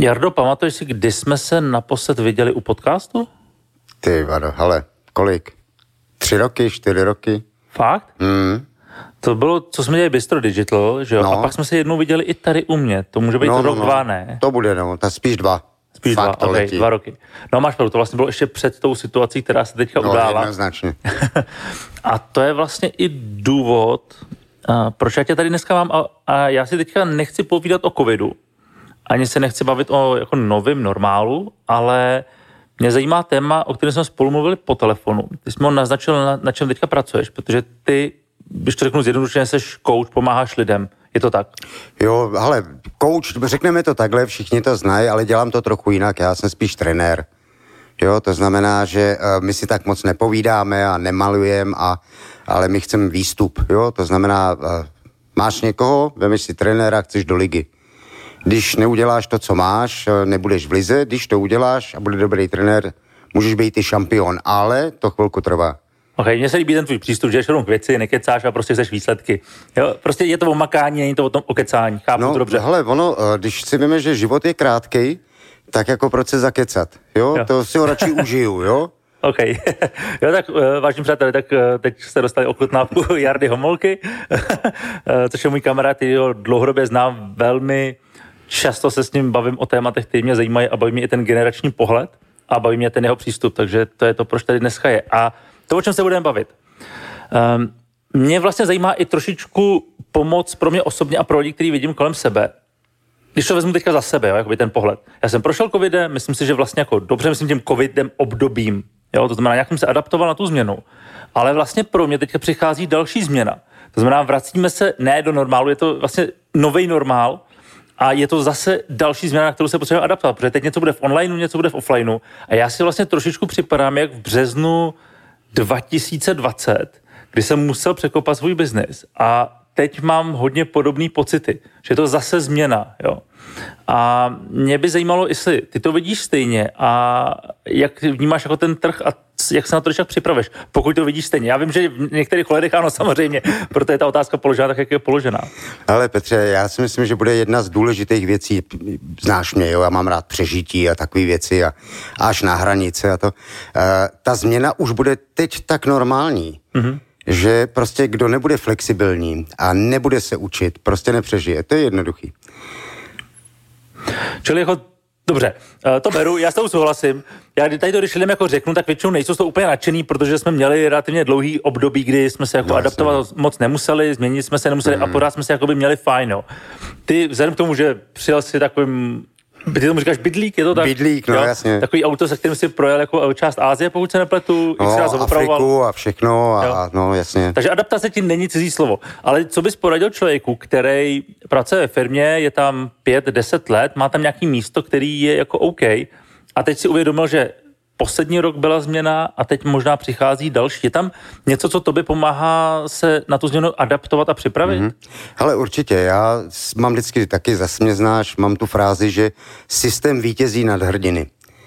Jardo, pamatuješ si, kdy jsme se naposled viděli u podcastu? Ty vado, hele, kolik? 3 roky, 4 roky? Fakt? To bylo, co jsme dělali Bistro Digital, že jo? No. A pak jsme se jednou viděli i tady u mě. To může být rok, 2, ne? To bude, to spíš 2. Spíš fakt 2, okay, 2 roky. No máš pravdu, to vlastně bylo ještě před tou situací, která se teďka udála. Jednoznačně. A to je vlastně i důvod, proč já tě tady dneska mám a já si teďka nechci povídat o covidu, ani se nechci bavit o jako novém normálu, ale mě zajímá téma, o kterém jsme spolu mluvili po telefonu. Ty jsi mi ho naznačil, na čem teďka pracuješ, protože ty, když to řeknu zjednodušeně, jsi coach, pomáháš lidem. Je to tak? Jo, ale coach, řekneme to takhle, všichni to znají, ale dělám to trochu jinak, já jsem spíš trenér. Jo, to znamená, že my si tak moc nepovídáme a nemalujeme, ale my chceme výstup, jo, to znamená, máš někoho, vemeš si trenéra, chceš do ligy. Když neuděláš to, co máš, nebudeš v lize, když to uděláš a bude dobrý trenér, můžeš být i šampion, ale to chvilku trvá. Ok, mně se líbí ten tvůj přístup, že jdeš jenom k věci, nekecáš a prostě chceš výsledky. Jo, prostě je to o makání, není to o tom okecání, chápu to dobře. Hele, když si víme, že život je krátkej, tak jako proč se zakecat, jo? To si ho radši užiju, jo? OK. Jo, tak vážení přátelé, tak teď jste dostali ochutnávku Jardy Homolky, což je můj kamarád, který ho dlouhodobě znám velmi. Často se s ním bavím o tématech, které mě zajímají a baví mě i ten generační pohled a baví mě ten jeho přístup, takže to je to, proč tady dneska je. A to, o čem se budeme bavit. Mě vlastně zajímá i trošičku pomoc pro mě osobně a pro lidi, který vidím kolem sebe. Když to vezmu teďka za sebe, jo, jakoby ten pohled. Já jsem prošel covidem, myslím si, že vlastně jako dobře, myslím tím covidem obdobím, jo, to znamená, jak jsem se adaptoval na tu změnu, ale vlastně pro mě teďka přichází další změna. To znamená, vracíme se ne do normálu, je to vlastně nový normál a je to zase další změna, na kterou se potřebujeme adaptovat, protože teď něco bude v onlineu, něco bude v offlineu a já si vlastně trošičku připadám, jak v březnu 2020, kdy jsem musel překopat svůj biznis a teď mám hodně podobné pocity, že je to zase změna, jo. A mě by zajímalo, jestli ty to vidíš stejně a jak vnímáš jako ten trh a jak se na to teď připravíš, pokud to vidíš stejně. Já vím, že v některých ohledech ano, samozřejmě, proto je ta otázka položená tak, jak je položená. Ale Petře, já si myslím, že bude jedna z důležitých věcí, znáš mě, jo, já mám rád přežití a takové věci a až na hranice a to. Ta změna už bude teď tak normální, že prostě kdo nebude flexibilní a nebude se učit, prostě nepřežije. To je jednoduchý. Čili jako, dobře, to beru, já s tou souhlasím. Já tady to, když lidem jako řeknu, tak většinou nejsou z toho úplně nadšený, protože jsme měli relativně dlouhý období, kdy jsme se jako adaptovat moc nemuseli, změnit jsme se nemuseli a pořád jsme se jako by měli fajn, jo. Ty vzhledem k tomu, že přijel si takovým, ty tomu říkáš bydlík, je to tak? Bydlík, no, jasně. Takový auto, se kterým si projel jako část Ázie, pokud se nepletu. No, Afriku a všechno a no, jasně. Takže adaptace ti není cizí slovo. Ale co bys poradil člověku, který pracuje ve firmě, je tam 5-10 let, má tam nějaký místo, který je jako OK a teď si uvědomil, že poslední rok byla změna a teď možná přichází další. Je tam něco, co tobě pomáhá se na tu změnu adaptovat a připravit? Hele, určitě. Já mám vždycky taky, zase mě znáš, mám tu frázi, že systém vítězí nad hrdiny.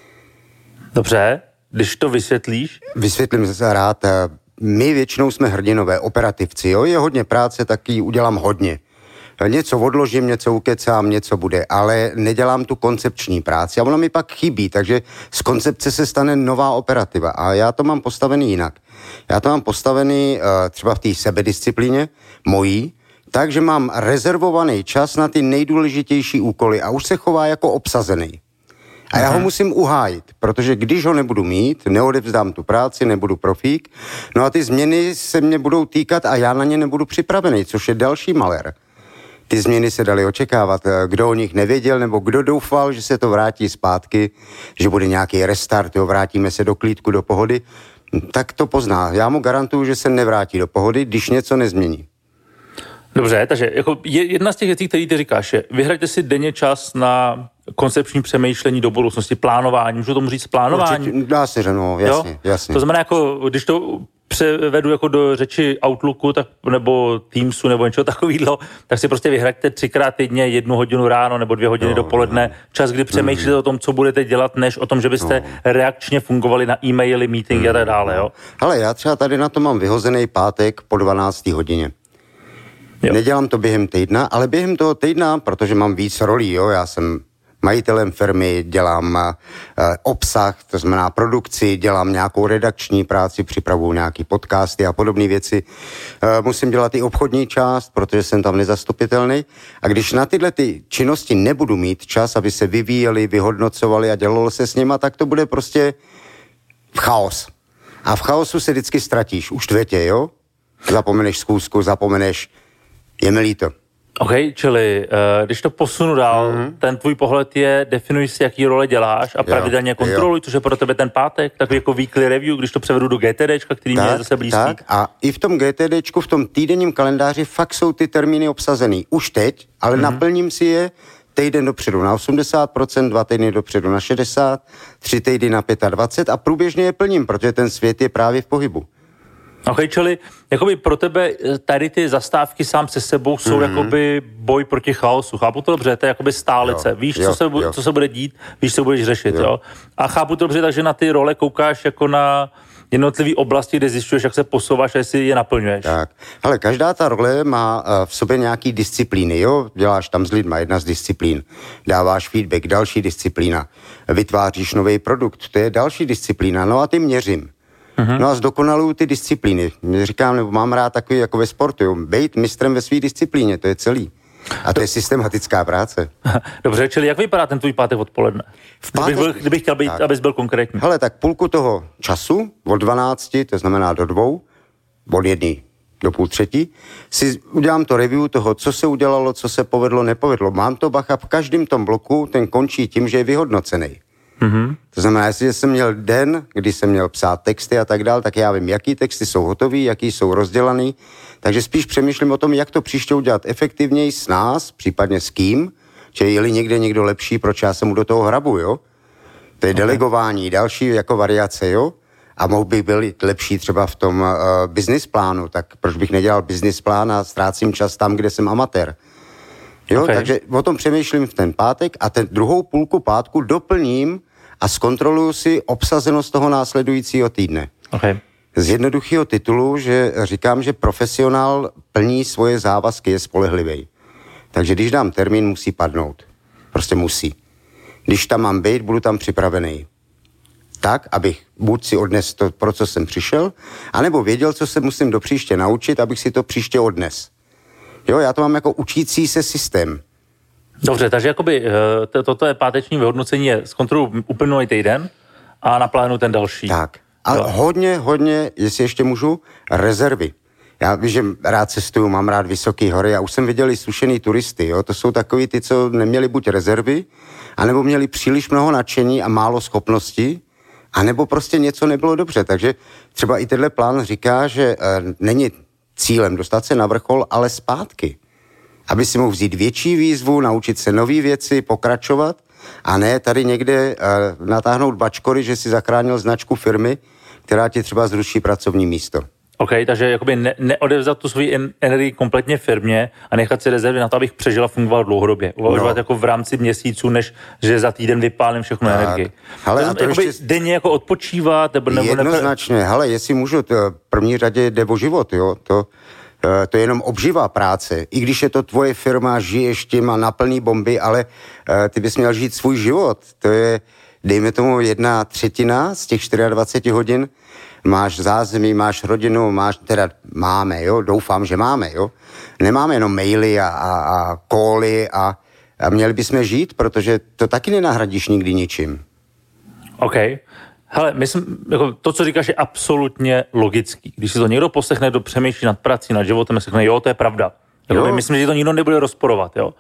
Dobře, když to vysvětlíš? Vysvětlím se rád. My většinou jsme hrdinové, operativci. Jo? Je hodně práce, tak ji udělám hodně. Něco odložím, něco ukecám, něco bude, ale nedělám tu koncepční práci a ono mi pak chybí, takže z koncepce se stane nová operativa a já to mám postavený jinak. Já to mám postavený třeba v té sebedisciplíně mojí, takže mám rezervovaný čas na ty nejdůležitější úkoly a už se chová jako obsazený. A já ho musím uhájit, protože když ho nebudu mít, neodevzdám tu práci, nebudu profík, no a ty změny se mě budou týkat a já na ně nebudu připravený, což je další malér. Ty změny se daly očekávat. Kdo o nich nevěděl, nebo kdo doufal, že se to vrátí zpátky, že bude nějaký restart, jo, vrátíme se do klídku, do pohody, tak to pozná. Já mu garantuju, že se nevrátí do pohody, když něco nezmění. Dobře, takže jako jedna z těch věcí, které ty říkáš, je vyhrajte si denně čas na koncepční přemýšlení do budoucnosti, plánování. Můžu tomu říct plánování? Určitě, dá se, že no, jasně. To znamená, jako, když to převedu jako do řeči Outlooku tak, nebo Teamsu nebo něčeho takového, tak si prostě vyhraďte 3x týdně 1 hodinu ráno nebo 2 hodiny dopoledne, čas, kdy přemýšlíte o tom, co budete dělat, než o tom, že byste reakčně fungovali na e-maily, meetingy a tak dále. Jo? Ale já třeba tady na to mám vyhozený pátek po 12. hodině. Jo. Nedělám to během týdna, ale během toho týdna, protože mám víc rolí, jo, já jsem majitelem firmy, dělám obsah, to znamená produkci, dělám nějakou redakční práci, připravuju nějaký podcasty a podobné věci. Musím dělat i obchodní část, protože jsem tam nezastupitelný. A když na tyhle ty činnosti nebudu mít čas, aby se vyvíjeli, vyhodnocovali a dělalo se s nima, tak to bude prostě chaos. A v chaosu se vždycky ztratíš. Už tě, jo? Zapomeneš schůzku, zapomeneš, je mi líto. OK, čili když to posunu dál, ten tvůj pohled je, definuj si, jaký role děláš a pravidelně kontroluj, což je pro tebe ten pátek, takový jako weekly review, když to převedu do GTDčka, který mě je zase blízký. Tak, a i v tom GTDčku, v tom týdenním kalendáři fakt jsou ty termíny obsazený. Už teď, ale naplním si je týden dopředu na 80%, 2 týdny dopředu na 60%, 3 týdny na 25% a průběžně je plním, protože ten svět je právě v pohybu. OK, čili jakoby pro tebe tady ty zastávky sám se sebou jsou jakoby boj proti chaosu. Chápu to dobře, to je jakoby stálice. Víš, co se bude dít, víš, co budeš řešit, jo? A chápu to dobře, takže na ty role koukáš jako na jednotlivý oblasti, kde zjišťuješ, jak se posouváš a jestli je naplňuješ. Tak, ale každá ta role má v sobě nějaký disciplíny, jo? Děláš tam s lidma, jedna z disciplín. Dáváš feedback, další disciplína. Vytváříš nový produkt, to je další disciplína. No a ty měřím. No a zdokonaluju ty disciplíny. Říkám, nebo mám rád takový jako ve sportu, jo? Bejt mistrem ve své disciplíně, to je celý. A to je systematická práce. Dobře, čili jak vypadá ten tvůj pátek odpoledne? Kdybych chtěl být, abys byl konkrétní. Hele, tak půlku toho času, od 12, to znamená do 2, od 1 do 2:30, si udělám to review toho, co se udělalo, co se povedlo, nepovedlo. Mám to bacha v každém tom bloku, ten končí tím, že je vyhodnocený. To znamená, jestli jsem měl den, kdy jsem měl psát texty a tak dál, tak já vím, jaký texty jsou hotový, jaký jsou rozdělaný, takže spíš přemýšlím o tom, jak to příště udělat efektivněji s nás, případně s kým, že je-li někde někdo lepší, proč já se mu do toho hrabu, jo? To je delegování, další jako variace, jo? A mohl bych být lepší třeba v tom business plánu, tak proč bych nedělal business plán a ztrácím čas tam, kde jsem amatér. Jo, takže o tom přemýšlím v ten pátek a ten druhou půlku pátku doplním a zkontroluju si obsazenost toho následujícího týdne. Z jednoduchého titulu, že říkám, že profesionál plní svoje závazky, je spolehlivý. Takže když dám termín, musí padnout. Prostě musí. Když tam mám být, budu tam připravený. Tak, abych buď si odnes to, pro co jsem přišel, anebo věděl, co se musím do příště naučit, abych si to příště odnes. Jo, já to mám jako učící se systém. Dobře, takže jakoby toto je páteční vyhodnocení, je zkontroluji uplynulý týden a naplánuji ten další. Tak. A hodně, jestli ještě můžu, rezervy. Já víš, že rád cestuju, mám rád vysoké hory a už jsem viděl i zkušený turisty, jo. To jsou takový ty, co neměli buď rezervy, anebo měli příliš mnoho nadšení a málo schopností, anebo prostě něco nebylo dobře. Takže třeba i tenhle plán říká, že není cílem dostat se na vrchol, ale zpátky. Aby si mohl vzít větší výzvu, naučit se nové věci, pokračovat a ne tady někde natáhnout bačkory, že si zachránil značku firmy, která ti třeba zruší pracovní místo. OK, takže jakoby neodevzat tu svoji energii kompletně firmě a nechat si rezervy na to, abych přežil a fungoval dlouhodobě. Uvažovat jako v rámci měsíců, než že za týden vypálím všechno energii. Hele, to jakoby ještě denně jako odpočívat? Nebo jednoznačně. Hele, jestli můžu, to v první řadě jde o život, jo, to je jenom obživa práce. I když je to tvoje firma, žiješ tím a naplní bomby, ale ty bys měl žít svůj život. To je, dejme tomu, 1/3 z těch 24 hodin. Máš zázemí, máš rodinu, máme, jo, doufám, že máme, jo. Nemáme jenom maily a cally a měli bychom žít, protože to taky nenahradíš nikdy ničím. OK. Hele, myslím, jako to, co říkáš, je absolutně logický. Když si to někdo poslechne, kdo přemýšlí nad prací, nad životem, řekne, jo, to je pravda. Jako myslím, že to nikdo nebude rozporovat, jo.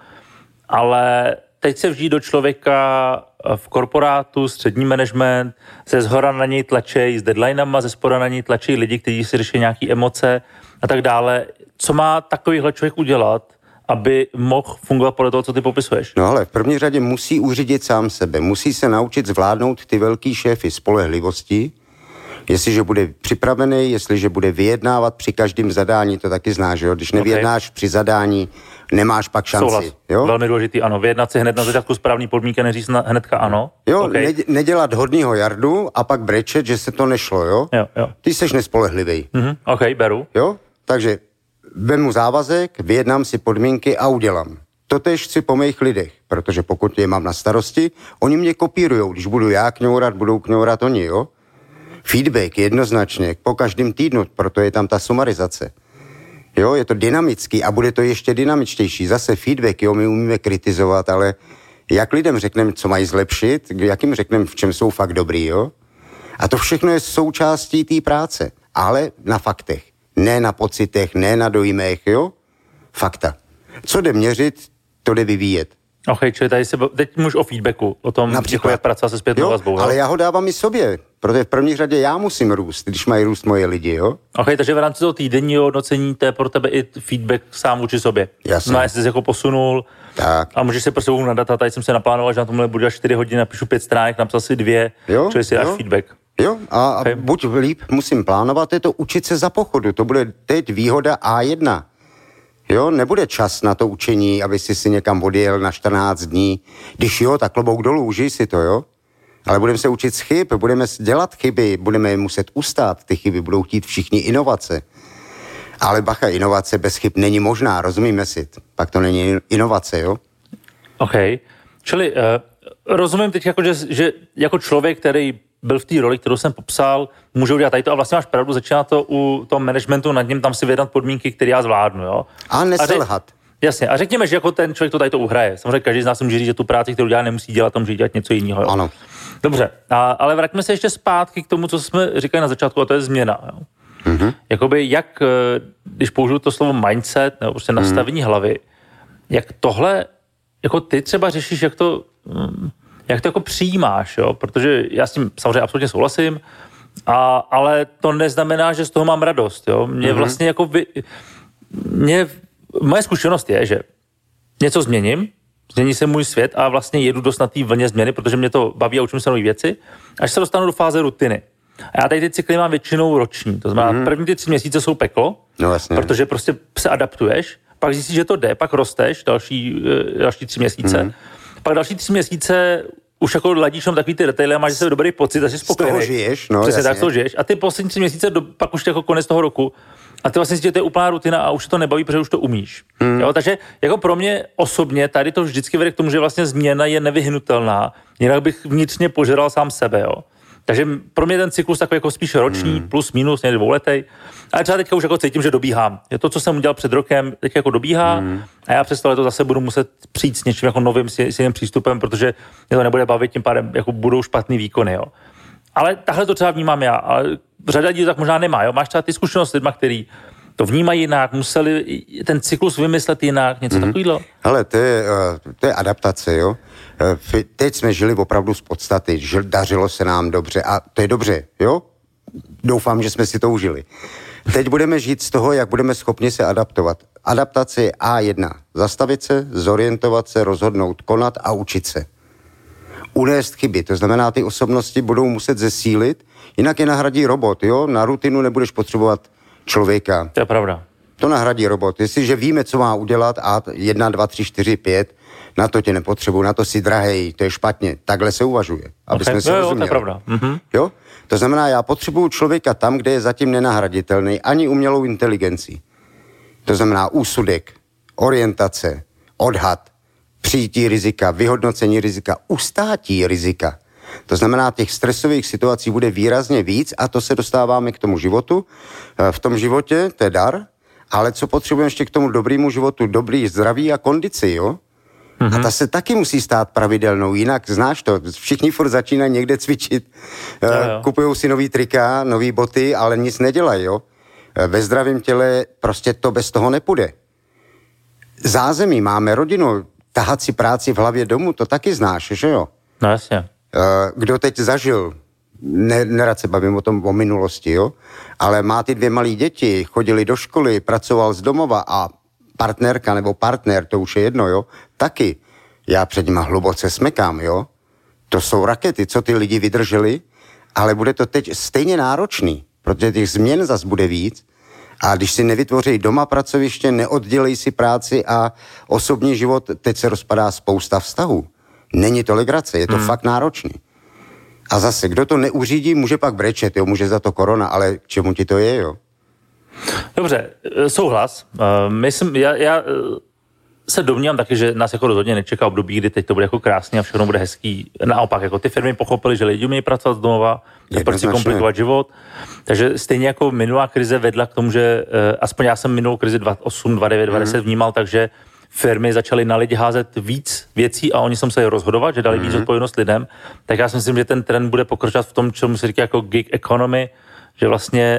Ale teď se vžít do člověka v korporátu, střední management, ze zhora na něj tlačí s deadlinama, ze spoda na něj tlačí lidi, kteří si řeší nějaké emoce a tak dále. Co má takovýhle člověk udělat, aby mohl fungovat podle toho, co ty popisuješ? No ale v první řadě musí uřídit sám sebe. Musí se naučit zvládnout ty velký šéfy spolehlivostí. Jestliže bude připravený, jestliže bude vyjednávat při každém zadání, to taky znáš, jo? Když nevyjednáš při zadání, nemáš pak šanci. Souhlas. Jo? Velmi důležitý, ano. Vyjednat si hned na začátku správný podmínky, neříct hnedka ano. Jo, nedělat hodnýho jardu a pak brečet, že se to nešlo, jo? Jo. Ty seš nespolehlivý. OK, beru. Jo, takže vemu závazek, vyjednám si podmínky a udělám. Totéž chci po mých lidech, protože pokud je mám na starosti, oni mě kopírujou. Když budu já kňourat, budou kňourat oni, jo? Feedback jednoznačně, po každém týdnu, proto je tam ta sumarizace. Jo, je to dynamický a bude to ještě dynamičtější. Zase feedback, jo, my umíme kritizovat, ale jak lidem řekneme, co mají zlepšit, jak jim řekneme, v čem jsou fakt dobrý, jo? A to všechno je součástí té práce, ale na faktech. Ne na pocitech, ne na dojmech, jo? Fakta. Co jde měřit, to jde vyvíjet. OK, čili tady teď můžu o feedbacku, o tom, jak pracovat se zpětnou vazbou. Ale já ho dávám i sobě, protože v první řadě já musím růst, když mají růst moje lidi, jo? OK, takže v rámci toho týdenního hodnocení to je pro tebe i feedback sám vůči sobě. Jasně. No, jestli jsi jako posunul tak. A můžeš se prostě nadat, a tady jsem se naplánoval, že na tomhle budu 4 hodiny, napíšu 5 stránek, napsal si 2, čili si dáš feedback. Jo, a okay. Buď líp musím plánovat, je to učit se za pochodu, to bude teď výhoda A1. Jo, nebude čas na to učení, aby si někam odjel na 14 dní. Když jo, tak klobouk dolů, užij si to, jo. Ale budeme se učit z chyb, budeme dělat chyby, budeme je muset ustát, ty chyby budou chtít všichni inovace. Ale bacha, inovace bez chyb není možná, rozumíme si, pak to není inovace, jo. OK, čili rozumím teď, jako, že jako člověk, který byl v té roli, kterou jsem popsal, může udělat tady to a vlastně máš pravdu, začíná to u toho managementu, nad ním tam si vyjednat podmínky, které já zvládnu, jo. A neselhat. Jasně, a řekněme, že jako ten člověk to tady to uhraje. Samozřejmě každý z nás může říct, že tu práci, kterou dělá, nemusí dělat, tam může dělat něco jiného. Jo? Ano. Dobře, ale vraťme se ještě zpátky k tomu, co jsme říkali na začátku, a to je změna. Jo? Mm-hmm. Jakoby jak, když použiju to slovo mindset, nebo prostě nastavení hlavy, jak tohle, jako ty třeba řešíš, jak to jako přijímáš, jo? Protože já s tím samozřejmě absolutně souhlasím, ale to neznamená, že z toho mám radost, jo? Mě vlastně jako moje zkušenost je, že něco změní se můj svět a vlastně jedu dost na té vlně změny, protože mě to baví a učím se nové věci, až se dostanu do fáze rutiny. A já tady ty cykly mám většinou roční, to znamená, první ty 3 měsíce jsou peklo, protože prostě se adaptuješ, pak zjistíš, že to jde, pak rosteš další 3 měsíce, pak další 3 měsíce už jako ladíš tam takový ty detaily a máš se dobrý pocit, že jsi spokojený. Z toho žiješ, no. Přesně tak, z toho žiješ. A ty poslední 3 měsíce, pak už jako konec toho roku, a ty vlastně si, že to je úplná rutina a už to nebaví, protože už to umíš. Jo, takže jako pro mě osobně tady to vždycky vede k tomu, že vlastně změna je nevyhnutelná, jinak bych vnitřně požeral sám sebe, jo. Takže pro mě ten cyklus takový jako spíš roční, plus minus, někdy 2letej. Ale třeba teďka už jako cítím, že dobíhám. Je to, co jsem udělal před rokem, teď jako dobíhá a já přes tohle to zase budu muset přijít s něčím jako novým, s jiným přístupem, protože mě to nebude bavit, tím pádem jako budou špatný výkony, jo. Ale tahle to třeba vnímám já, ale řada lidí tak možná nemá, jo. Máš třeba ty zkušenosti s lidma, který to vnímají jinak, museli ten cyklus vymyslet jinak, něco takového. Hele, to je adaptace, jo. Teď jsme žili opravdu z podstaty, dařilo se nám dobře a to je dobře, jo. Doufám, že jsme si to užili. Teď budeme žít z toho, jak budeme schopni se adaptovat. Adaptace je A1. Zastavit se, zorientovat se, rozhodnout, konat a učit se. Unést chyby, to znamená, ty osobnosti budou muset zesílit, jinak je nahradí robot, jo. Na rutinu nebudeš potřebovat člověka. To je pravda. To nahradí robot. Jestliže víme, co má udělat, a 1, 2, 3, 4, 5, na to tě nepotřebuji, na to si drahej, to je špatně. Takhle se uvažuje, aby jsme si rozuměli. To je pravda. Jo? To znamená, já potřebuju člověka tam, kde je zatím nenahraditelný, ani umělou inteligencí. To znamená úsudek, orientace, odhad, přijítí rizika, vyhodnocení rizika, ustátí rizika. To znamená, těch stresových situací bude výrazně víc a to se dostáváme k tomu životu. V tom životě to je dar, ale co potřebujeme ještě k tomu dobrému životu? Dobrý zdraví a kondici, jo? A ta se taky musí stát pravidelnou, jinak znáš to, všichni furt začínají někde cvičit, kupujou si nový trika, nový boty, ale nic nedělají, jo? Ve zdravém těle prostě to bez toho nepůjde. Zázemí, máme rodinu, tahat si práci v hlavě domů, to taky znáš, že jo? No jasně. Kdo teď zažil, nerad se bavím o minulosti, jo? Ale má ty 2 malé děti, chodili do školy, pracoval z domova a partnerka nebo partner, to už je jedno, jo? Taky. Já před nima hluboce smekám, jo? To jsou rakety, co ty lidi vydrželi, ale bude to teď stejně náročný, protože těch změn zas bude víc a když si nevytvoří doma pracoviště, neoddělej si práci a osobní život, teď se rozpadá spousta vztahů. Není to legrace, je to fakt náročný. A zase, kdo to neuřídí, může pak brečet, jo, může za to korona, ale k čemu ti to je, jo? Dobře, souhlas. Myslím, já se domnívám taky, že nás jako rozhodně nečeká období, kdy teď to bude jako krásně a všechno bude hezký. Naopak, jako ty firmy pochopily, že lidi umějí pracovat z domova, proč si komplikovat život. Takže stejně jako minulá krize vedla k tomu, že aspoň já jsem minulou krizi 2008, 2009, 2010 vnímal, takže firmy začaly na lidi házet víc věcí a oni se museli rozhodovat, že dali víc odpovědnost lidem. Tak já si myslím, že ten trend bude pokračovat v tom, čemu se říká jako gig economy, že vlastně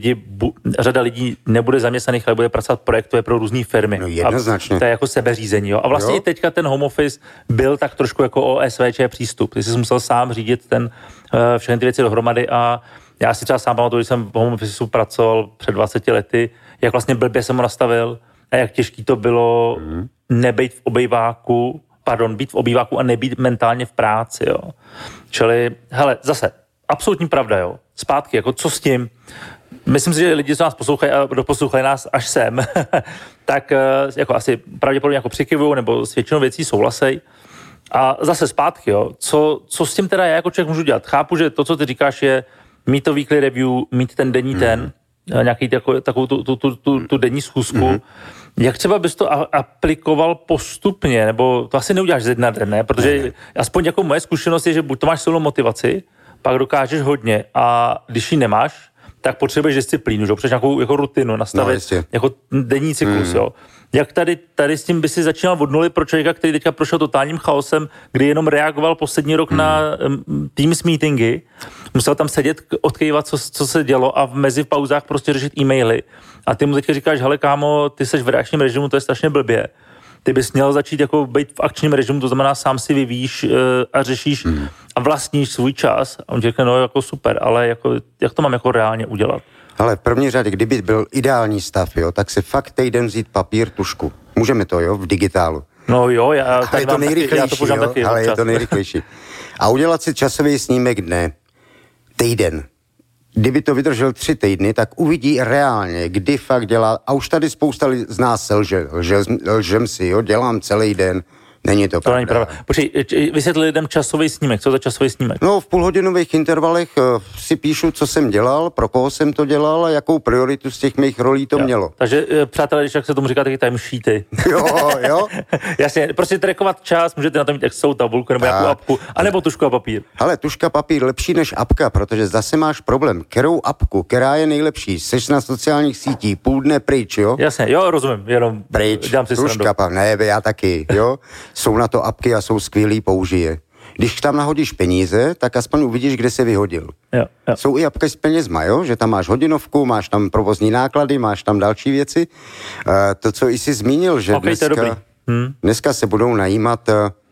řada lidí nebude zaměstnaných, ale bude pracovat projektové pro různé firmy. No jednoznačně. A to je jako sebeřízení. Jo? A vlastně i teďka ten home office byl tak trošku jako OSVČ přístup. Ty jsi musel sám řídit všechny ty věci dohromady a já si třeba sám pamatuju, když jsem v home office pracoval před 20 lety, jak vlastně blbě jsem ho nastavil a jak těžký to bylo nebejt v obýváku, být v obýváku a nebýt mentálně v práci. Jo? Čili, hele, zase, absolutní pravda, jo. Zpátky, jako co s tím? Myslím si, že lidi, co nás poslouchají a doposlouchají nás až sem, tak jako asi pravděpodobně jako přikyvujou nebo s většinou věcí souhlasejí. A zase zpátky, jo. Co s tím teda já jako člověk můžu dělat? Chápu, že to, co ty říkáš, je mít to weekly review, mít ten denní nějaký takovou tu denní schůzku. Jak třeba bys to aplikoval postupně, nebo to asi neuděláš ze dne na den, ne? Protože aspoň jako moje zkušenost je, že buď to máš silnou motivaci, pak dokážeš hodně a když ji nemáš, tak potřebuješ disciplínu, že? Potřebuješ nějakou jako rutinu nastavit, jako denní cyklus, jo. Jak tady s tím by si začínal od nuly pro člověka, který teďka prošel totálním chaosem, kdy jenom reagoval poslední rok na Teams meetingy, musel tam sedět, odkývat, co se dělo a v pauzách prostě řešit e-maily. A ty mu teďka říkáš, hele kámo, ty seš v reakčním režimu, to je strašně blbě. Ty bys měl začít jako být v akčním režimu, to znamená sám si vyvíjíš a řešíš a vlastníš svůj čas. A on řekne, no jako super, ale jako, jak to mám jako reálně udělat? Ale v první řadě, kdyby byl ideální stav, jo, tak si fakt týden vzít papír, tužku. Můžeme to, jo, v digitálu. No jo, já je to nejrychlejší, ale je to nejrychlejší. A udělat si časový snímek dne, týden. Kdyby to vydržel 3 týdny, tak uvidí reálně, kdy fakt dělá. A už tady spousta z nás lžem si, jo, dělám celý den. Není to pravda. Není pravda. Počkej, vysvětli lidem časový snímek. Co za časový snímek? No, v půlhodinových intervalech si píšu, co jsem dělal, pro koho jsem to dělal a jakou prioritu z těch mých rolí to mělo. Takže, přátelé, když jak se tomu říká, taky timesheety. Jo. Jasně, prostě trackovat čas, můžete na to mít Excel tabulku nebo nějakou apku, anebo tužku a papír. Ale tužka papír lepší než apka, protože zase máš problém. Kterou apku, která je nejlepší? Seš na sociálních sítích, půl dne pryč, jo? Jasně, jo, rozumím, jenom pryč, dělám si tužka papír, ne, já taky, jo? Jsou na to apky a jsou skvělý, použije. Když tam nahodíš peníze, tak aspoň uvidíš, kde se vyhodil. Jo. Jsou i apky s penězma, jo? Že tam máš hodinovku, máš tam provozní náklady, máš tam další věci. To, co jsi zmínil, že dneska se budou najímat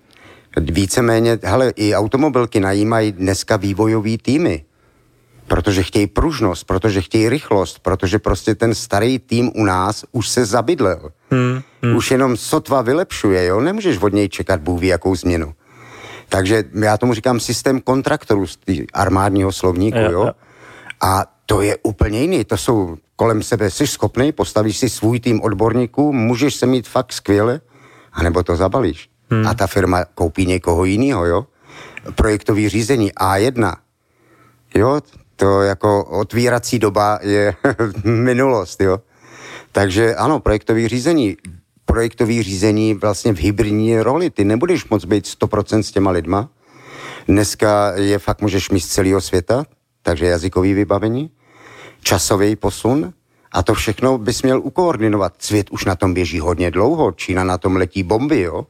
víceméně, hele, i automobilky najímají dneska vývojový týmy, protože chtějí pružnost, protože chtějí rychlost, protože prostě ten starý tým u nás už se zabydlel. Už jenom sotva vylepšuje, jo? Nemůžeš od něj čekat Bůh ví jakou změnu. Takže já tomu říkám systém kontraktorů z armádního slovníku, jo? A to je úplně jiný. To jsou kolem sebe, jsi schopný, postavíš si svůj tým odborníků, můžeš se mít fakt skvěle, anebo to zabalíš. A ta firma koupí někoho jiného, jo? Projektový řízení A1, jo? To jako otvírací doba je minulost, jo? Takže ano, projektový řízení vlastně v hybridní roli. Ty nebudeš moc být 100% s těma lidma. Dneska je fakt můžeš mít z celého světa, takže jazykový vybavení, časový posun a to všechno bys měl ukoordinovat. Svět už na tom běží hodně dlouho, Čína na tom letí bomby, jo?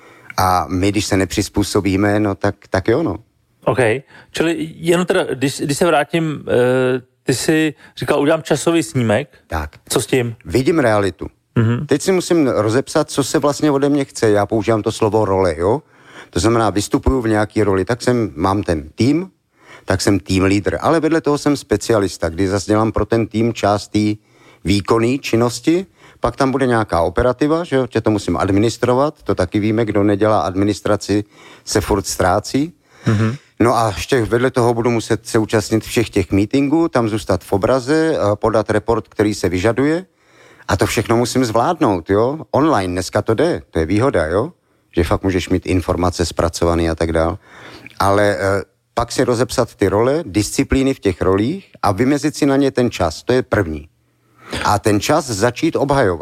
A my, když se nepřizpůsobíme, no tak jo, no. OK, čili jenom teda, když se vrátím, ty jsi říkal, udělám časový snímek. Tak. Co s tím? Vidím realitu. Teď si musím rozepsat, co se vlastně ode mě chce. Já používám to slovo role, jo? To znamená, vystupuju v nějaký roli, tak mám ten tým, tak jsem tým lídr, ale vedle toho jsem specialista, kdy zase dělám pro ten tým část té výkonné činnosti, pak tam bude nějaká operativa, že jo, tě to musím administrovat, to taky víme, kdo nedělá administraci, se furt ztrácí. No a ještě vedle toho budu muset se účastnit všech těch meetingů, tam zůstat v obraze, podat report, který se vyžaduje a to všechno musím zvládnout, jo. Online dneska to jde, to je výhoda, jo, že fakt můžeš mít informace zpracované a tak dál. Ale pak si rozepsat ty role, disciplíny v těch rolích a vymezit si na ně ten čas, to je první. A ten čas začít obhajovat.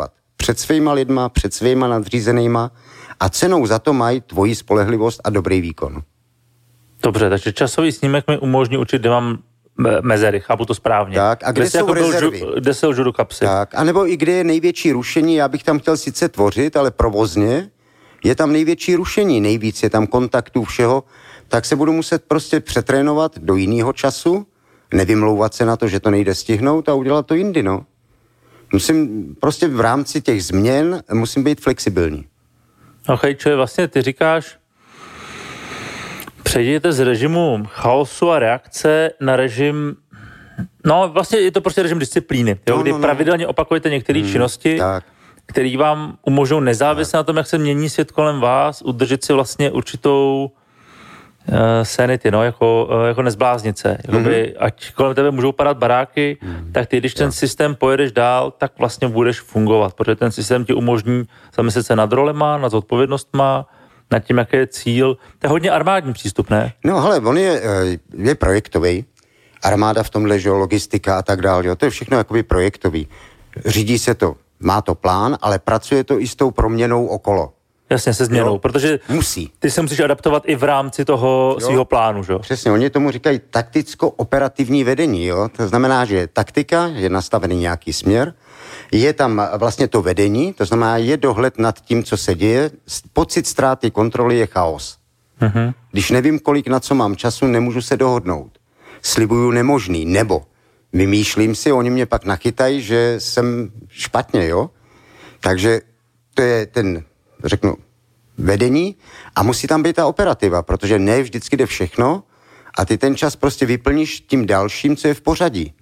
před svýma lidma, před svýma nadřízenýma a cenou za to mají tvoji spolehlivost a dobrý výkon. Dobře, takže časový snímek mi umožní určit, kde mám mezery, chápu to správně. Tak, a kde jsou jako rezervy? Kde se lžu do kapsy. Tak, anebo i kde je největší rušení, já bych tam chtěl sice tvořit, ale provozně je tam největší rušení, nejvíc je tam kontaktů všeho, tak se budu muset prostě přetrénovat do jiného času, nevymlouvat se na to, že to nejde stihnout a udělat to jindy, no. Musím prostě v rámci těch změn musím být flexibilní. Ok, čili vlastně ty říkáš, přejděte z režimu chaosu a reakce na režim, no vlastně je to prostě režim disciplíny, jo, kdy pravidelně opakujete některé činnosti, které vám umožňují nezávisle na tom, jak se mění svět kolem vás, udržet si vlastně určitou sanity, no, jako nezbláznit se. Jakoby, ať kolem tebe můžou padat baráky, tak ty, když ten systém pojedeš dál, tak vlastně budeš fungovat, protože ten systém ti umožní zamyslet se nad rolema, nad zodpovědnostma, nad tím, jaký je cíl. To je hodně armádní přístup, ne? No hele, on je projektový. Armáda v tomhle, že logistika a tak dále, to je všechno jakoby projektový. Řídí se to, má to plán, ale pracuje to i s tou proměnou okolo. Jasně, se změnou, protože ty se musíš adaptovat i v rámci toho svého plánu, že jo? Přesně, oni tomu říkají takticko-operativní vedení, jo? To znamená, že taktika, je nastavený nějaký směr, je tam vlastně to vedení, to znamená, je dohled nad tím, co se děje, pocit ztráty kontroly je chaos. Mm-hmm. Když nevím, kolik na co mám času, nemůžu se dohodnout. Slibuju nemožný, nebo vymýšlím si, oni mě pak nachytají, že jsem špatně, jo? Takže to je ten, řeknu, vedení a musí tam být ta operativa, protože ne vždycky jde všechno a ty ten čas prostě vyplníš tím dalším, co je v pořadí.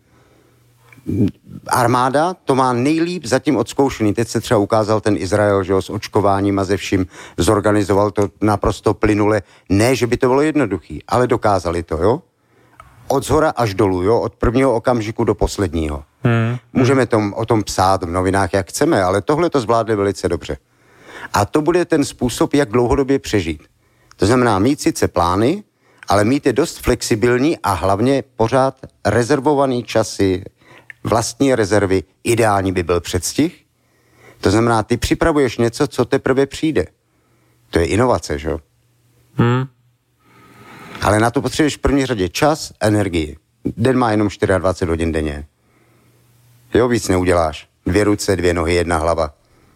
Armáda to má nejlíp zatím odzkoušený. Teď se třeba ukázal ten Izrael, že jo, s očkováním a ze vším, zorganizoval to naprosto plynule. Ne, že by to bylo jednoduchý, ale dokázali to, jo? Od zhora až dolů, jo? Od prvního okamžiku do posledního. Můžeme o tom psát v novinách, jak chceme, ale tohle to zvládli velice dobře. A to bude ten způsob, jak dlouhodobě přežít. To znamená mít sice plány, ale mít je dost flexibilní a hlavně pořád rezervovaný časy, vlastní rezervy, ideální by byl předstih. To znamená, ty připravuješ něco, co teprve přijde. To je inovace, že jo? Ale na to potřebuješ v první řadě čas, energii. Den má jenom 24 hodin denně. Jo, víc neuděláš. 2 ruce, 2 nohy, 1 hlava.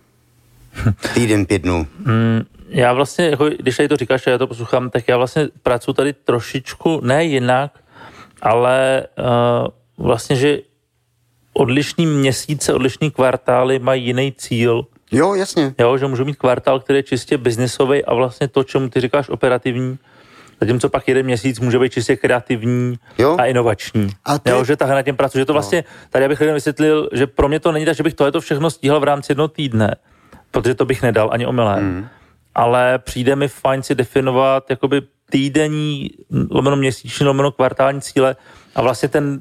Týden 5 dnů. Já vlastně, jako, když tady to říkáš a já to poslouchám, tak já vlastně pracuji tady trošičku, ne jinak, ale vlastně, že odlišný měsíce, odlišný kvartály mají jiný cíl. Jo, jasně. Jo, že můžu mít kvartál, který je čistě biznisový a vlastně to, čemu ty říkáš operativní, zatímco pak jeden měsíc může být čistě kreativní a inovační. A jo, že takhle na těm pracuji. Že to vlastně, tady bych lidem vysvětlil, že pro mě to není tak, že bych tohleto všechno stíhal v rámci jednoho týdne, protože to bych nedal ani omylem. Ale přijde mi fajn si definovat jakoby týdenní, lomeno měsíční, lomeno kvartální cíle a vlastně ten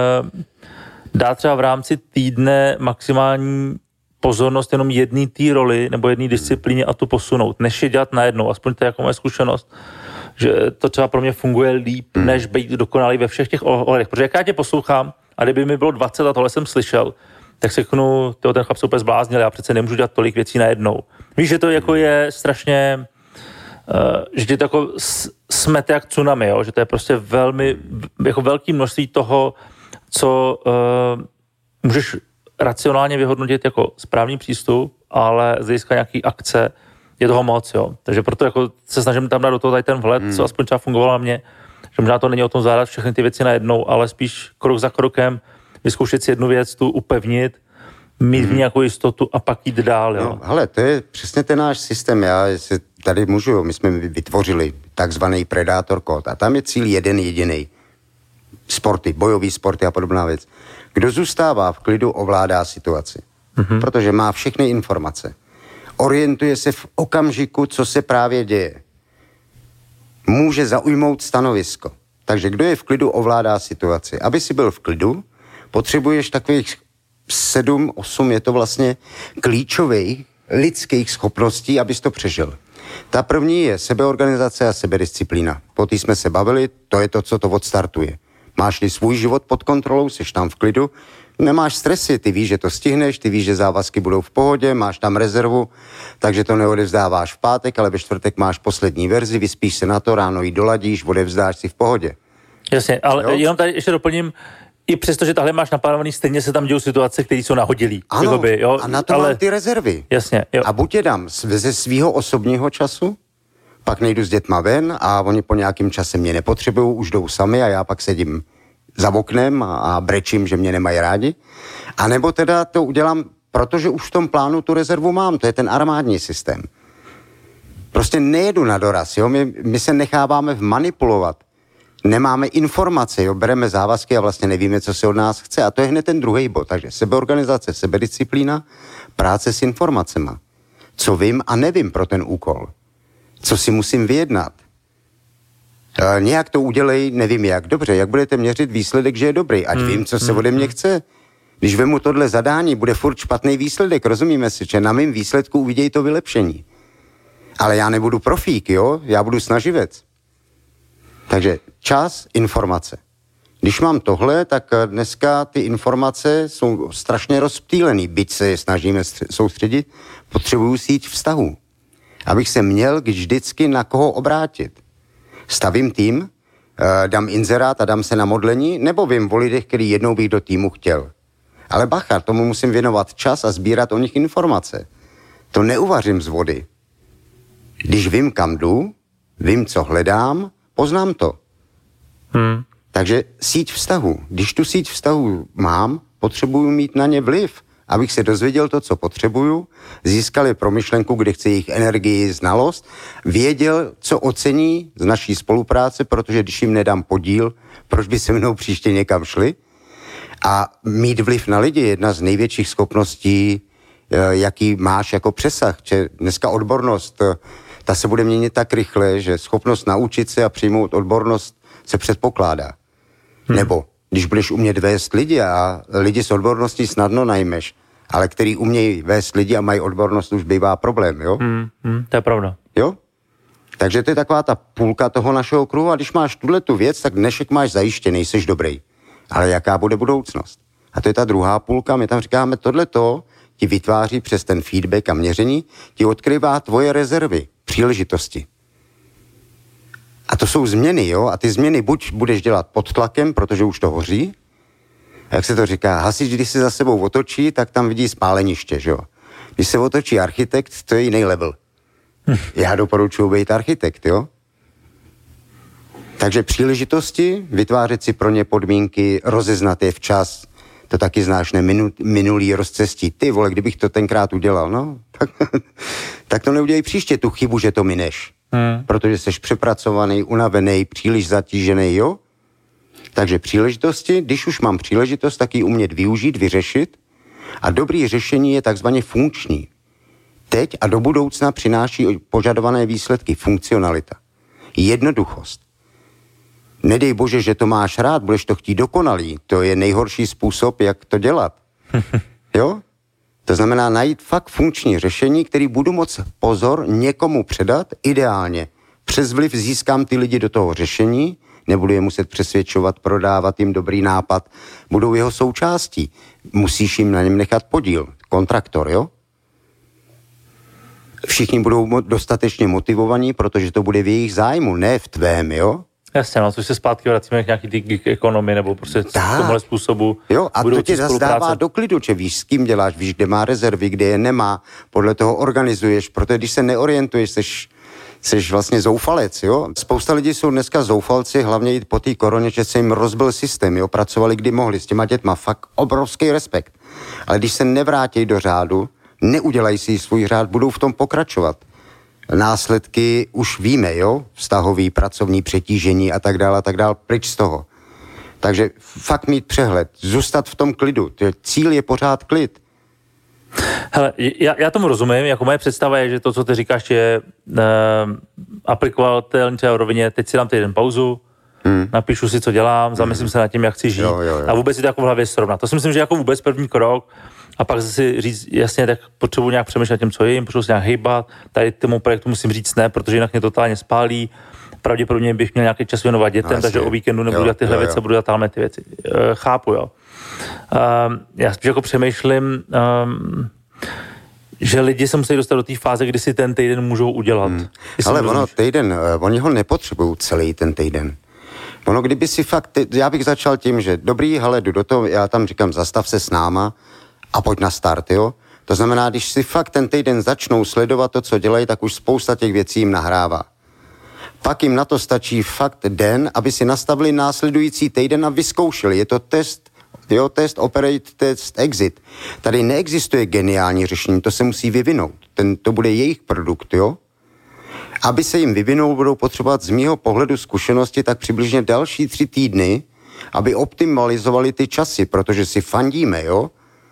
dá třeba v rámci týdne maximální pozornost jenom jedné té roli nebo jedné disciplíně a tu posunout, než je dělat najednou, aspoň to je jako moje zkušenost, že to třeba pro mě funguje líp, než být dokonalý ve všech těch ohledech, protože jak já tě poslouchám a kdyby mi bylo 20 a tohle jsem slyšel, tak si řeknu, ten chlap se úplně zbláznil, já přece nemůžu dělat tolik věcí najednou. Víš, že to jako je strašně, že tě to jako smete jak tsunami, jo? Že to je prostě velmi, jako velké množství toho, co můžeš racionálně vyhodnotit jako správný přístup, ale z hlediska nějaký akce je toho moc, jo. Takže proto jako se snažím tam dát do toho tady ten vhled, co aspoň třeba fungovalo na mě, že možná to není o tom zvládat všechny ty věci najednou, ale spíš krok za krokem vyzkoušet si jednu věc, tu upevnit, mít v ní nějakou jistotu a pak jít dál, jo. No, hele, to je přesně ten náš systém. Já si tady můžu, my jsme vytvořili takzvaný Predator kód a tam je cíl jeden jediný. Sporty, bojový sporty a podobná věc. Kdo zůstává v klidu, ovládá situaci. Protože má všechny informace. Orientuje se v okamžiku, co se právě děje. Může zaujmout stanovisko. Takže kdo je v klidu, ovládá situaci. Aby si byl v klidu, potřebuješ takových 7, 8, je to vlastně klíčových lidských schopností, abys to přežil. Ta první je sebeorganizace a sebedisciplína. Po té jsme se bavili, to je to, co to odstartuje. Máš-li svůj život pod kontrolou, jsi tam v klidu, nemáš stresy, ty víš, že to stihneš, ty víš, že závazky budou v pohodě, máš tam rezervu, takže to neodevzdáváš v pátek, ale ve čtvrtek máš poslední verzi, vyspíš se na to, ráno ji doladíš, odevzdáš si v pohodě. Jasně, ale jenom tady ještě doplním, i přesto, že tahle máš naplánovaný, stejně se tam dějou situace, které jsou nahodilý. Ano, jakoby, jo, a na to mám ty rezervy. Jasně, jo. A buď je dám ze svýho osobního času, pak nejdu s dětma ven a oni po nějakém čase mě nepotřebují, už jdou sami a já pak sedím za oknem a brečím, že mě nemají rádi. A nebo teda to udělám, protože už v tom plánu tu rezervu mám, to je ten armádní systém. Prostě nejedu na doraz, jo, my se necháváme vmanipulovat. Nemáme informace, jo, bereme závazky a vlastně nevíme, co se od nás chce. A to je hned ten druhý bod. Takže sebeorganizace, sebedisciplína, práce s informacema. Co vím a nevím pro ten úkol. Co si musím vyjednat. Nějak to udělej, nevím jak. Dobře, jak budete měřit výsledek, že je dobrý? Ať vím, co se ode mě chce. Když vemu tohle zadání, bude furt špatný výsledek, rozumíme si, že na mým výsledku uvidějí to vylepšení. Ale já nebudu profík, jo? Já budu snaživec. Takže čas, informace. Když mám tohle, tak dneska ty informace jsou strašně rozptýlený, byť se je snažíme soustředit, potřebuju síť vztahů. Abych se měl vždycky na koho obrátit. Stavím tým, dám inzerát a dám se na modlení, nebo vím o lidech, který jednou bych do týmu chtěl. Ale bacha, tomu musím věnovat čas a sbírat o nich informace. To neuvařím z vody. Když vím, kam jdu, vím, co hledám, poznám to. Takže síť vztahů. Když tu síť vztahů mám, potřebuju mít na ně vliv, abych se dozvěděl to, co potřebuju, získal je pro myšlenku, kde chci jejich energii, znalost, věděl, co ocení z naší spolupráce, protože když jim nedám podíl, proč by se mnou příště někam šli? A mít vliv na lidi je jedna z největších schopností, jaký máš jako přesah. Že dneska odbornost, ta se bude měnit tak rychle, že schopnost naučit se a přijmout odbornost se předpokládá. Nebo když budeš umět vést lidi a lidi s odborností snadno najmeš, ale který umějí vést lidi a mají odbornost, už bývá problém, jo? To je pravda. Jo? Takže to je taková ta půlka toho našeho kruhu a když máš tuhletu věc, tak dnešek máš zajištěný, jsi dobrý. Ale jaká bude budoucnost? A to je ta druhá půlka, my tam říkáme, tohleto ti vytváří přes ten feedback a měření, ti odkrývá tvoje rezervy, příležitosti. A to jsou změny, jo? A ty změny buď budeš dělat pod tlakem, protože už to hoří, jak se to říká, hasič, když se za sebou otočí, tak tam vidí spáleniště, že jo? Když se otočí architekt, to je jiný level. Já doporučuji být architekt, jo? Takže příležitosti, vytvářet si pro ně podmínky, rozeznat je včas, to taky znáš, ne minulý rozcestí. Ty vole, kdybych to tenkrát udělal, no, tak to neudělej příště tu chybu, že to mineš. Protože jsi přepracovaný, unavený, příliš zatížený, jo? Takže příležitosti, když už mám příležitost, tak ji umět využít, vyřešit. A dobrý řešení je takzvaně funkční. Teď a do budoucna přináší požadované výsledky, funkcionalita. Jednoduchost. Nedej bože, že to máš rád, budeš to chtít dokonalý. To je nejhorší způsob, jak to dělat. Jo? To znamená najít fakt funkční řešení, který budu moct pozor někomu předat, ideálně. Přes vliv získám ty lidi do toho řešení, nebudu je muset přesvědčovat, prodávat jim dobrý nápad, budou jeho součástí. Musíš jim na něm nechat podíl. Kontraktor, jo? Všichni budou dostatečně motivovaní, protože to bude v jejich zájmu, ne v tvém, jo? Jasně, no, což se zpátky vracíme k nějaký gig ekonomii, nebo prostě tomuhle způsobu. Jo, a to tě zase dává do klidu, že víš, s kým děláš, víš, kde má rezervy, kde je nemá, podle toho organizuješ, protože když se neorientuješ, jsi vlastně zoufalec, jo. Spousta lidí jsou dneska zoufalci, hlavně i po té koroně, že se jim rozbil systém, jo, pracovali kdy mohli, s těma dětma, fakt obrovský respekt. Ale když se nevrátí do řádu, neudělají si svůj řád, budou v tom pokračovat. Následky už víme, jo? Vztahový, pracovní přetížení a tak dále, pryč z toho. Takže fakt mít přehled, zůstat v tom klidu. Cíl je pořád klid. Hele, já tomu rozumím, jako moje představa je, že to, co ty říkáš, je aplikovatelné třeba v rovině, teď si dám týden pauzu, napíšu si, co dělám, zamyslím se nad tím, jak chci žít a vůbec si to jako v hlavě srovnat. To si myslím, že jako vůbec první krok. A pak si říct, jasně, tak potřebuji nějak přemýšlet tím, co jim, potřebuji se nějak hejbat, tady tomu projektu musím říct ne, protože jinak mě totálně spálí, pravděpodobně bych měl nějaký čas věnovat dětem, takže o víkendu nebudu dělat tyhle věci, budu dělat tamhle ty věci. Chápu, jo. Já spíš jako přemýšlím, že lidi se musí dostat do té fáze, kdy si ten týden můžou udělat. Ale oni ho nepotřebují celý ten týden. Ono, kdyby si fakt, já bych začal tím, že dobrý, hele, jdu do toho, já tam říkám, zastav se s náma a pojď na start, jo. To znamená, když si fakt ten týden začnou sledovat to, co dělají, tak už spousta těch věcí jim nahrává. Pak jim na to stačí fakt den, aby si nastavili následující týden a vyzkoušeli. Je to test, operate, test, exit. Tady neexistuje geniální řešení, to se musí vyvinout. To bude jejich produkt, jo. Aby se jim vyvinou, budou potřebovat z mýho pohledu zkušenosti tak přibližně další 3 týdny, aby optimalizovali ty časy, protože si fandíme, jo.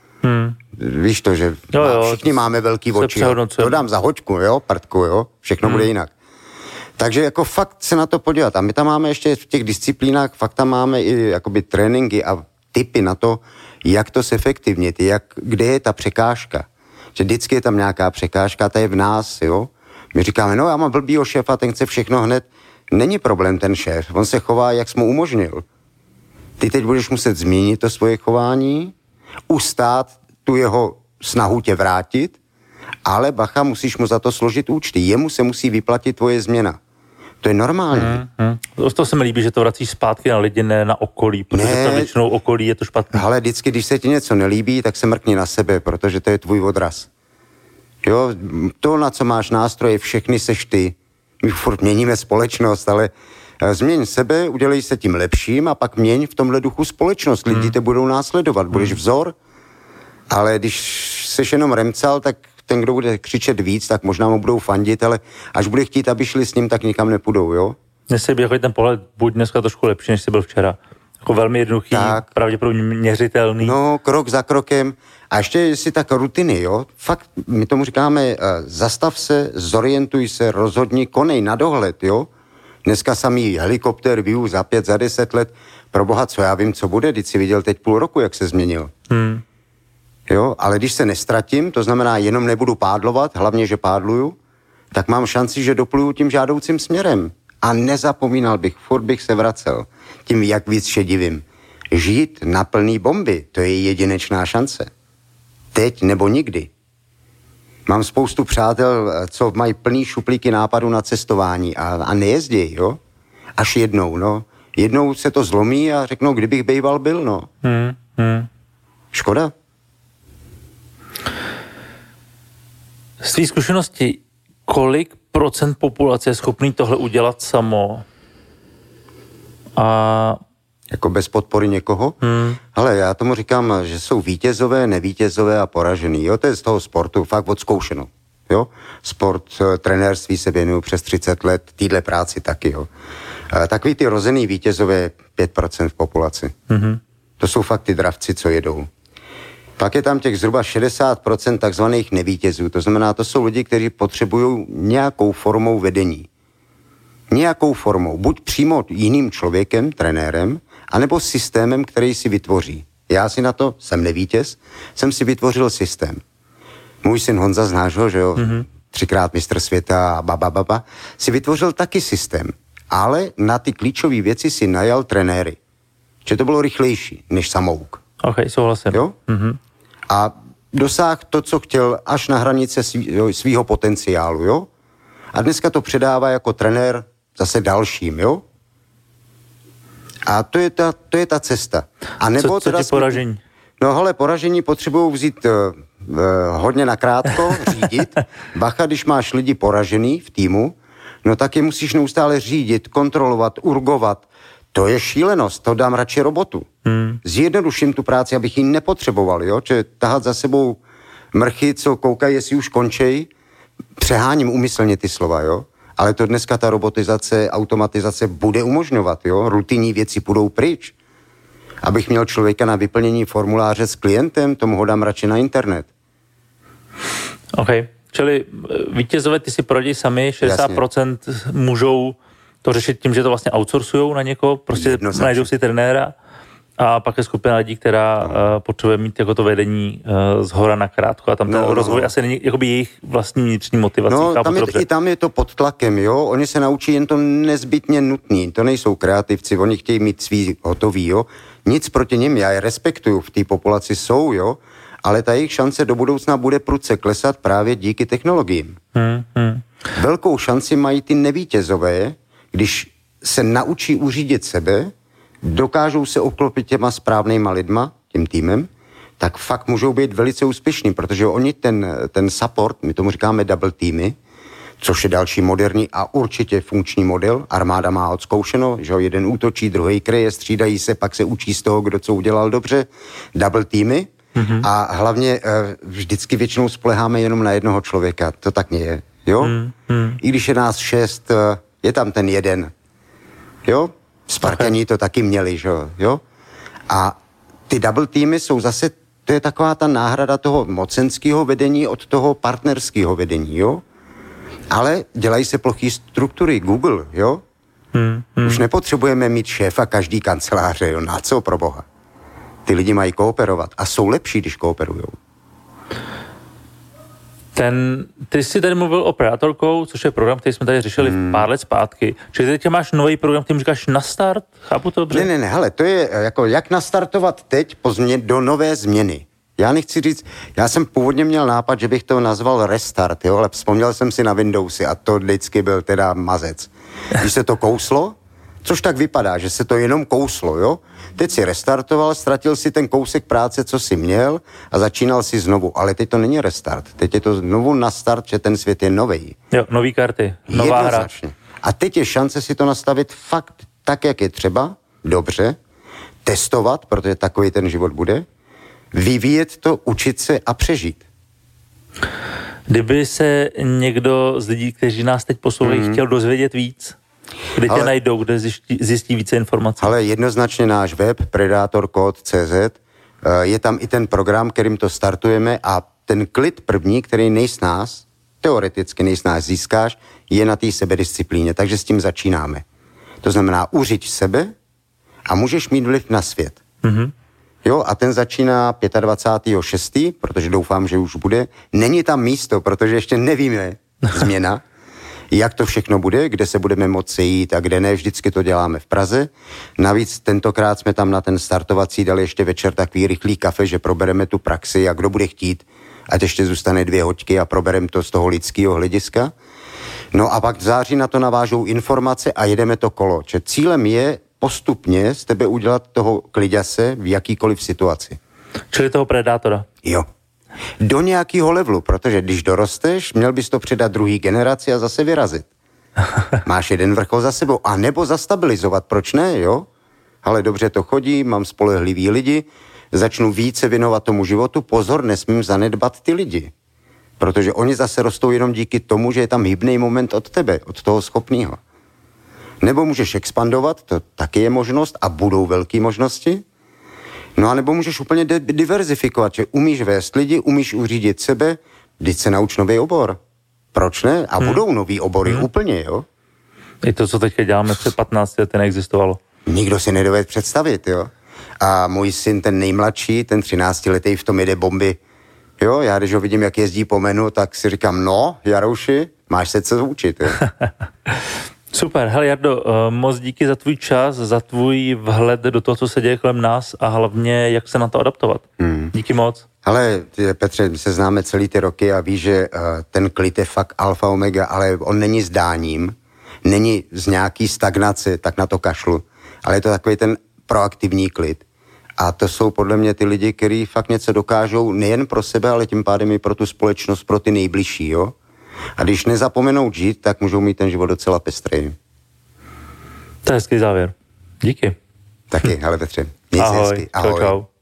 Víš to, že všichni máme velký oči. To dám za hoďku, jo, prdku, jo, všechno bude jinak. Takže jako fakt se na to podívat. A my tam máme ještě v těch disciplínách, fakt tam máme i jakoby tréninky a tipy na to, jak to zefektivnit, kde je ta překážka. Že vždycky je tam nějaká překážka, ta je v nás, jo. My říkáme, no já mám blbýho šéfa, ten chce všechno hned. Není problém ten šéf, on se chová, jak jsi mu umožnil. Ty teď budeš muset změnit to svoje chování, ustát tu jeho snahu tě vrátit, ale bacha, musíš mu za to složit účty. Jemu se musí vyplatit tvoje změna. To je normální. To se mi líbí, že to vracíš zpátky na lidi, ne na okolí, protože to většinou okolí je to špatné. Ale vždycky, když se ti něco nelíbí, tak se mrkni na sebe, protože to je tvůj odraz. Jo, to, na co máš nástroje, všechny seš ty. My furt měníme společnost, ale změň sebe, udělej se tím lepším a pak měň v tomhle duchu společnost. Lidi te budou následovat, budeš vzor, ale když seš jenom remcal, tak ten, kdo bude křičet víc, tak možná mu budou fandit, ale až bude chtít, aby šli s ním, tak nikam nepůjdou, jo? Mně se líbí jako ten pohled, buď dneska trošku lepší, než jsi byl včera. Jako velmi jednoduchý, pravděpodobně měřitelný. No, krok za krokem. A ještě si tak rutiny, jo? Fakt, my tomu říkáme, zastav se, zorientuj se, rozhodni, konej na dohled, jo? Dneska samý helikoptér view za 5, za 10 let. Proboha, co já vím, co bude, když jsi viděl teď půl roku, jak se změnil. Jo, ale když se nestratím, to znamená jenom nebudu pádlovat, hlavně, že pádluju, tak mám šanci, že dopluju tím žádoucím směrem. A nezapomínal bych, furt bych se vracel. Tím, jak víc šedivím. Žít na plný bomby, to je jedinečná šance. Teď nebo nikdy. Mám spoustu přátel, co mají plný šuplíky nápadů na cestování a nejezdí, jo? Až jednou, no. Jednou se to zlomí a řeknou, kdybych bejval byl, no. Škoda. Z tvý zkušenosti, kolik procent populace je schopný tohle udělat samo? A jako bez podpory někoho? Ale já tomu říkám, že jsou vítězové, nevítězové a poražený. Jo, to je z toho sportu, fakt odzkoušeno. Jo? Sport, trenérství se věnuju přes 30 let, týhle práci taky, jo. Takový ty rozený vítězové 5% v populaci. To jsou fakt ty dravci, co jedou. Pak je tam těch zhruba 60% takzvaných nevítězů. To znamená, to jsou lidi, kteří potřebují nějakou formou vedení. Nějakou formou. Buď přímo jiným člověkem, trenérem, anebo systémem, který si vytvoří. Já si na to, jsem nevítěz, jsem si vytvořil systém. Můj syn Honza, znáš ho, že jo? 3krát mistr světa a baba, si vytvořil taky systém. Ale na ty klíčové věci si najal trenéry. Že to bylo rychlejší, než samouk. OK, souhlasím. Jo? A dosáhl to, co chtěl, až na hranice svýho potenciálu, jo? A dneska to předává jako trenér zase dalším, jo? A to je ta cesta. A nebo co ti poražení? No hele, poražení potřebují vzít hodně nakrátko, řídit. Bacha, když máš lidi poražený v týmu, no tak je musíš neustále řídit, kontrolovat, urgovat. To je šílenost, to dám radši robotu. Zjednoduším tu práci, abych ji nepotřeboval, jo? Že tahat za sebou mrchy, co koukají, jestli už končej, přeháním úmyslně ty slova, jo? Ale to dneska ta robotizace, automatizace bude umožňovat, jo? Rutinní věci půjdou pryč. Abych měl člověka na vyplnění formuláře s klientem, tomu ho dám radši na internet. OK, čili vítězové ty si poradí sami, 60% můžou to řešit tím, že to vlastně outsourcujou na někoho, prostě najdou si trenéra A pak je skupina lidí, která potřebuje mít jako to vedení z hora na krátko a tam ten rozvoj asi není jakoby jejich vlastní vnitřní motivací. I tam je to pod tlakem, jo. Oni se naučí jen to nezbytně nutný. To nejsou kreativci, oni chtějí mít svý hotový, jo. Nic proti nim, já je respektuju, v té populaci jsou, jo. Ale ta jejich šance do budoucna bude prudce klesat právě díky technologiím. Velkou šanci mají ty nevítězové, když se naučí uřídit sebe, dokážou se obklopit těma správnýma lidma, tím týmem, tak fakt můžou být velice úspěšní, protože oni ten support, my tomu říkáme double teamy, což je další moderní a určitě funkční model. Armáda má odzkoušeno, že jeden útočí, druhý kryje, střídají se, pak se učí z toho, kdo co udělal dobře. Double teamy. A hlavně vždycky většinou spoleháme jenom na jednoho člověka. To tak je, jo? I když je nás 6, je tam ten jeden, jo? Spartaní to taky měli, že jo? A ty double týmy jsou zase, to je taková ta náhrada toho mocenského vedení od toho partnerského vedení, jo? Ale dělají se plochý struktury, Google, jo? Už nepotřebujeme mít šéfa každý kanceláře, jo? Na co, pro boha? Ty lidi mají kooperovat a jsou lepší, když kooperujou. Ty jsi tady mluvil o Predatorkou, což je program, který jsme tady řešili pár let zpátky. Čili teď máš nový program, který říkáš na start? Chápu to dobře? Ne, hele, to je jako jak nastartovat teď do nové změny. Já nechci říct, já jsem původně měl nápad, že bych to nazval restart, jo, ale vzpomněl jsem si na Windowsy a to vždycky byl teda mazec. Když se to kouslo, což tak vypadá, že se to jenom kouslo, jo? Teď si restartoval, ztratil si ten kousek práce, co si měl a začínal si znovu. Ale teď to není restart. Teď je to znovu na start, že ten svět je novej. Jo, nový karty, nová hra. A teď je šance si to nastavit fakt tak, jak je třeba, dobře, testovat, protože takový ten život bude, vyvíjet to, učit se a přežít. Kdyby se někdo z lidí, kteří nás teď poslouchají, chtěl dozvědět víc, kde tě najdou, kde zjistí více informací? Ale jednoznačně náš web predatorcode.cz, je tam i ten program, kterým to startujeme a ten klid první, který nejsnáz, teoreticky nejsnáz získáš, je na té sebedisciplíně, takže s tím začínáme. To znamená uřiď sebe a můžeš mít vliv na svět. Jo, a ten začíná 25.6., protože doufám, že už bude. Není tam místo, protože ještě nevíme změna, jak to všechno bude, kde se budeme moci jít a kde ne, vždycky to děláme v Praze. Navíc tentokrát jsme tam na ten startovací dali ještě večer takový rychlý kafe, že probereme tu praxi a kdo bude chtít, ať ještě zůstane 2 hoďky a probereme to z toho lidského hlediska. No a pak v září na to navážou informace a jedeme to kolo. Čiže cílem je postupně z tebe udělat toho kliďase v jakýkoliv situaci. Čili toho predátora. Jo. Do nějakého levelu, protože když dorosteš, měl bys to předat druhý generaci a zase vyrazit. Máš jeden vrchol za sebou, a nebo zastabilizovat, proč ne, jo? Ale dobře to chodí, mám spolehlivý lidi, začnu více věnovat tomu životu, pozor, nesmím zanedbat ty lidi. Protože oni zase rostou jenom díky tomu, že je tam hybný moment od tebe, od toho schopného. Nebo můžeš expandovat, to taky je možnost a budou velké možnosti. No a nebo můžeš úplně diverzifikovat, že umíš vést lidi, umíš uřídit sebe, vždyť se nauč nový obor. Proč ne? A budou nový obory úplně, jo? I to, co teďka děláme před 15 lety, neexistovalo. Nikdo si nedovede představit, jo? A můj syn, ten nejmladší, ten 13letý, v tom jede bomby. Jo, já když ho vidím, jak jezdí po menu, tak si říkám, no, Jarouši, máš se co učit, jo? Super, hele Jardo, moc díky za tvůj čas, za tvůj vhled do toho, co se děje kolem nás a hlavně, jak se na to adaptovat. Díky moc. Ale Petře, my se známe celý ty roky a víš, že ten klid je fakt alfa omega, ale on není zdáním, není z nějaký stagnace, tak na to kašlu, ale je to takový ten proaktivní klid. A to jsou podle mě ty lidi, kteří fakt něco dokážou nejen pro sebe, ale tím pádem i pro tu společnost, pro ty nejbližší, jo? A když nezapomenou žít, tak můžou mít ten život docela pestrý. To je hezký závěr. Díky. Taky, ale Petře, měj se hezky. Ahoj. Čau.